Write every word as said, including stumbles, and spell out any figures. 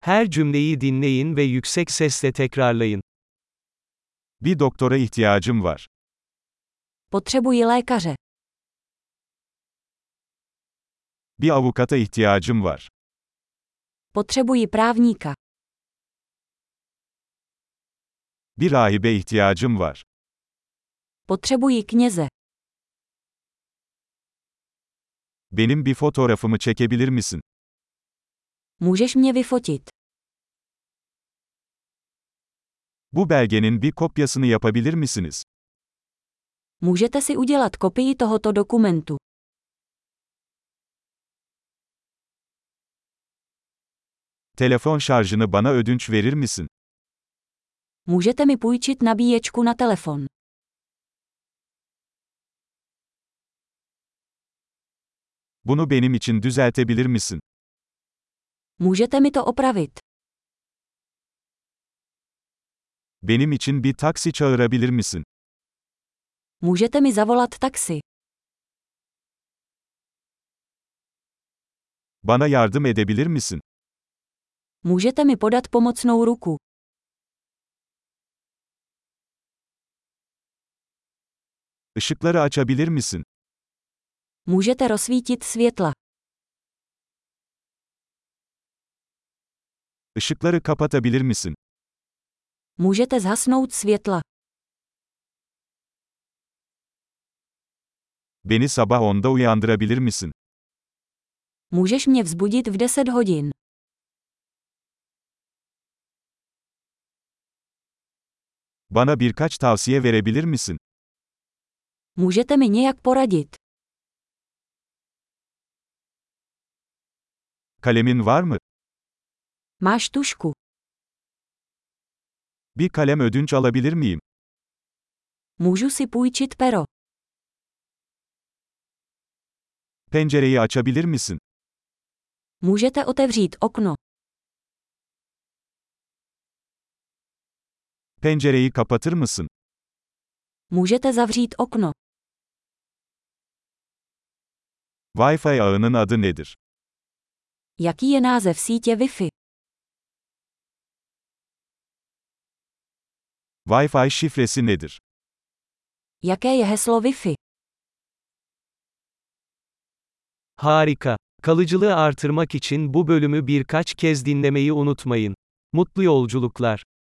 Her cümleyi dinleyin ve yüksek sesle tekrarlayın. Bir doktora ihtiyacım var. Potřebuji lékaře. Bir avukata ihtiyacım var. Potřebuji právníka. Bir rahibe ihtiyacım var. Potřebuji kněze. Benim bir fotoğrafımı çekebilir misin? Můžeš mě vyfotit? Bu belgenin bir kopyasını yapabilir misiniz? Můžete si udělat kopii tohoto dokumentu. Telefon şarjını bana ödünç verir misin? Můžete mi půjčit nabíječku na telefon. Bunu benim için düzeltebilir misin? Můžete mi to opravit? Benim için bir taksi çağırabilir misin? Můžete mi zavolat taxi. Bana yardım edebilir misin? Můžete mi podat pomocnou ruku. Işıkları açabilir misin? Můžete rozsvítit světla. Işıkları kapatabilir misin? Můžete zhasnout světla. Beni sabah onda uyandırabilir misin? Můžeš mě vzbudit v deset hodin. Bana birkaç tavsiye verebilir misin? Můžete mi nějak poradit? Kalemin var mı? Máš tušku? Bir kalem ödünç alabilir miyim? Můžu si půjčit pero? Pencereyi açabilir misin? Můžete otevřít okno? Pencereyi kapatır mısın? Můžete zavřít okno? Wi-Fi ağının adı nedir? Jaký je název sítě Wi-Fi? Wi-Fi şifresi nedir? Jaké je heslo Wi-Fi? Harika. Kalıcılığı artırmak için bu bölümü birkaç kez dinlemeyi unutmayın. Mutlu yolculuklar.